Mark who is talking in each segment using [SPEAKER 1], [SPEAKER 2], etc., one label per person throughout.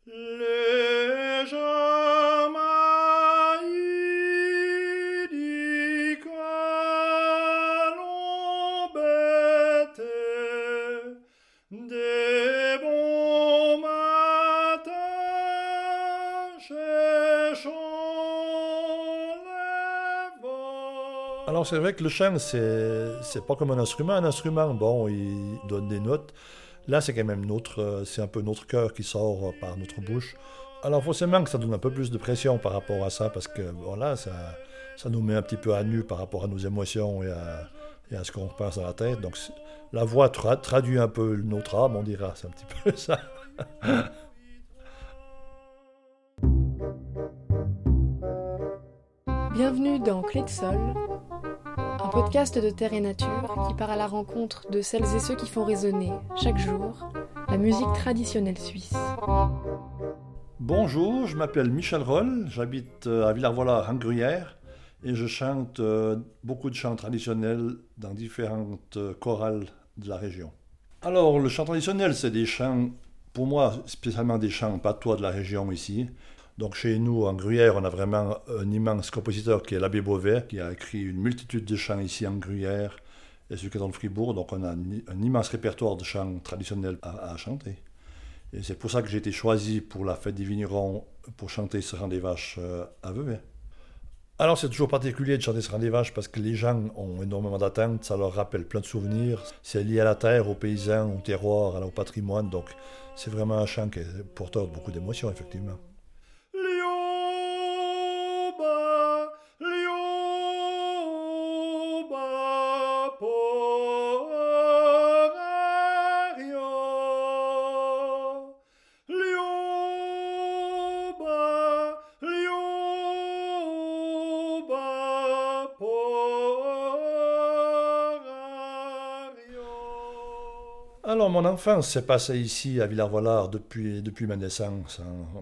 [SPEAKER 1] Alors c'est vrai que le chant, c'est pas comme un instrument. Un instrument, bon, il donne des notes. Là, c'est quand même c'est un peu notre cœur qui sort par notre bouche. Alors forcément que ça donne un peu plus de pression par rapport à ça, parce que voilà, ça nous met un petit peu à nu par rapport à nos émotions et à ce qu'on pense dans la tête. Donc la voix traduit un peu notre âme, on dira, c'est un petit peu ça.
[SPEAKER 2] Bienvenue dans Clé de Sol, un podcast de terre et nature qui part à la rencontre de celles et ceux qui font résonner, chaque jour, la musique traditionnelle suisse.
[SPEAKER 1] Bonjour, je m'appelle Michel Roll, j'habite à Villars-Volard en Gruyère et je chante beaucoup de chants traditionnels dans différentes chorales de la région. Alors le chant traditionnel, c'est des chants, pour moi spécialement des chants patois de la région ici. Donc chez nous, en Gruyère, on a vraiment un immense compositeur qui est l'abbé Beauvais, qui a écrit une multitude de chants ici en Gruyère et sur le canton de Fribourg. Donc on a un immense répertoire de chants traditionnels à chanter. Et c'est pour ça que j'ai été choisi pour la fête des vignerons pour chanter ce rang des vaches à Vevey. Alors c'est toujours particulier de chanter ce rang des vaches parce que les gens ont énormément d'attentes, ça leur rappelle plein de souvenirs. C'est lié à la terre, aux paysans, au terroir, au patrimoine. Donc c'est vraiment un chant qui est porteur de beaucoup d'émotions, effectivement. Alors, mon enfance s'est passée ici, à Villars-Volard, depuis ma naissance, en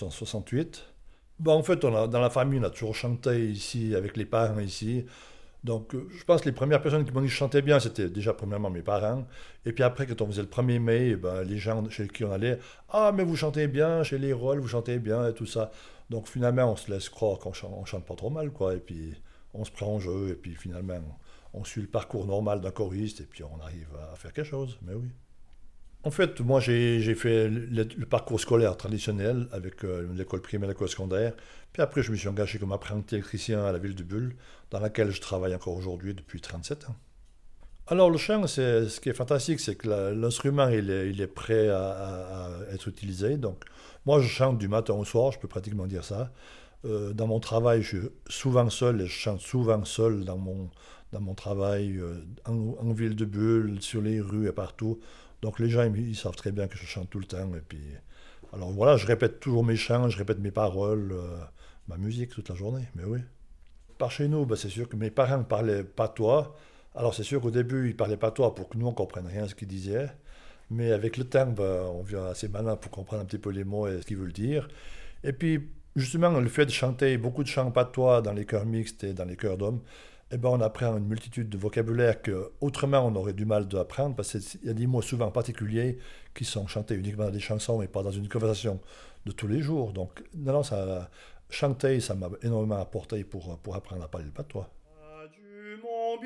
[SPEAKER 1] 1968. En fait, dans la famille, on a toujours chanté ici, avec les parents ici. Donc, je pense que les premières personnes qui m'ont dit que je chantais bien, c'était déjà premièrement mes parents. Et puis après, quand on faisait le 1er mai, les gens chez qui on allait, « Ah, mais vous chantez bien, chez les Rolls, vous chantez bien, et tout ça. » Donc, finalement, on se laisse croire qu'on chante pas trop mal, quoi. Et puis, on se prend en jeu, et puis finalement, on suit le parcours normal d'un choriste, et puis on arrive à faire quelque chose, mais oui. En fait, moi, j'ai fait le parcours scolaire traditionnel avec l'école primaire et l'école secondaire. Puis après, je me suis engagé comme apprenti électricien à la ville de Bulle, dans laquelle je travaille encore aujourd'hui depuis 37 ans. Alors, le chant, ce qui est fantastique, c'est que l'instrument, il est prêt à être utilisé. Donc, moi, je chante du matin au soir, je peux pratiquement dire ça. Dans mon travail, je suis souvent seul et je chante souvent seul dans mon travail, en ville de Bulle, sur les rues et partout. Donc les gens, ils savent très bien que je chante tout le temps. Et puis, alors voilà, je répète toujours mes chants, je répète mes paroles, ma musique toute la journée, mais oui. Par chez nous, c'est sûr que mes parents parlaient patois. Alors c'est sûr qu'au début, ils parlaient patois pour que nous, on ne comprenne rien à ce qu'ils disaient. Mais avec le temps, on devient assez malin pour comprendre un petit peu les mots et ce qu'ils veulent dire. Et puis, justement, le fait de chanter beaucoup de chants patois dans les chœurs mixtes et dans les chœurs d'hommes, on apprend une multitude de vocabulaire qu'autrement on aurait du mal d'apprendre parce qu'il y a des mots souvent particuliers qui sont chantés uniquement dans des chansons et pas dans une conversation de tous les jours. Donc, chanter, ça m'a énormément apporté pour apprendre à parler le patois.
[SPEAKER 3] Adieu mon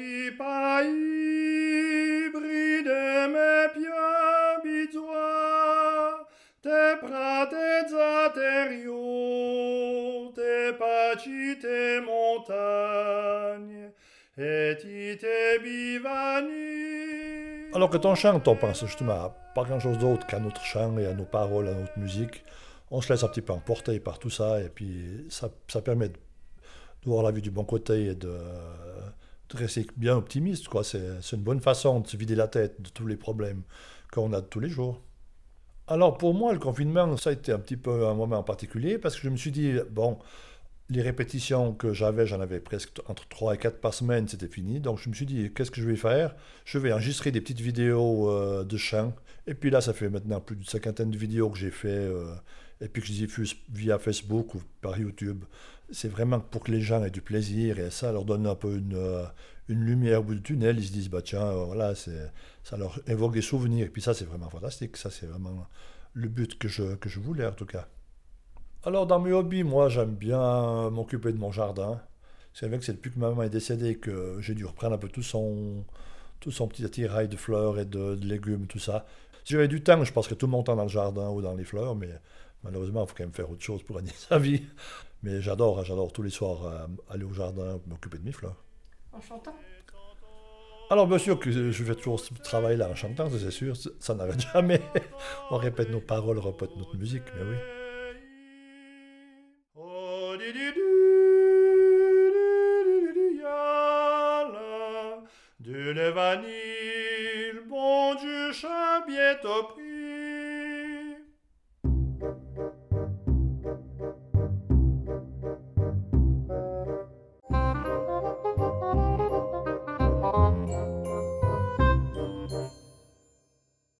[SPEAKER 3] pays, bris de mes pieds bidois, tes pras, tes artériaux, tes pacis, tes montagnes, et tes bivani.
[SPEAKER 1] Alors que quand on chante, on pense justement à pas grand-chose d'autre qu'à notre chant et à nos paroles, à notre musique. On se laisse un petit peu emporter par tout ça et puis ça permet de voir la vie du bon côté et de rester bien optimiste, quoi. C'est une bonne façon de se vider la tête de tous les problèmes qu'on a de tous les jours. Alors pour moi, le confinement, ça a été un petit peu un moment en particulier parce que je me suis dit, les répétitions que j'en avais presque entre 3 et 4 par semaine, c'était fini. Donc je me suis dit, qu'est-ce que je vais faire ? Je vais enregistrer des petites vidéos de chant. Et puis là, ça fait maintenant plus d'une cinquantaine de vidéos que j'ai fait et puis que je diffuse via Facebook ou par YouTube. C'est vraiment pour que les gens aient du plaisir et ça leur donne un peu une lumière au bout du tunnel. Ils se disent, tiens, voilà, ça leur évoque des souvenirs. Et puis ça, c'est vraiment fantastique. Ça, c'est vraiment le but que je voulais en tout cas. Alors dans mes hobbies, moi j'aime bien m'occuper de mon jardin. C'est vrai que c'est depuis que ma maman est décédée que j'ai dû reprendre un peu tout son petit attirail de fleurs et de légumes, tout ça. Si j'avais du temps, je passerais tout mon temps dans le jardin ou dans les fleurs, mais malheureusement, il faut quand même faire autre chose pour gagner sa vie. Mais j'adore tous les soirs aller au jardin, m'occuper de mes fleurs.
[SPEAKER 2] En chantant.
[SPEAKER 1] Alors bien sûr que je fais toujours ce travail-là en chantant, ça, c'est sûr, ça n'arrête jamais. On répète nos paroles, on répète notre musique, mais oui.
[SPEAKER 3] Oh, di, di, di, yalla, de vanille, bon Dieu, chat bientôt pris.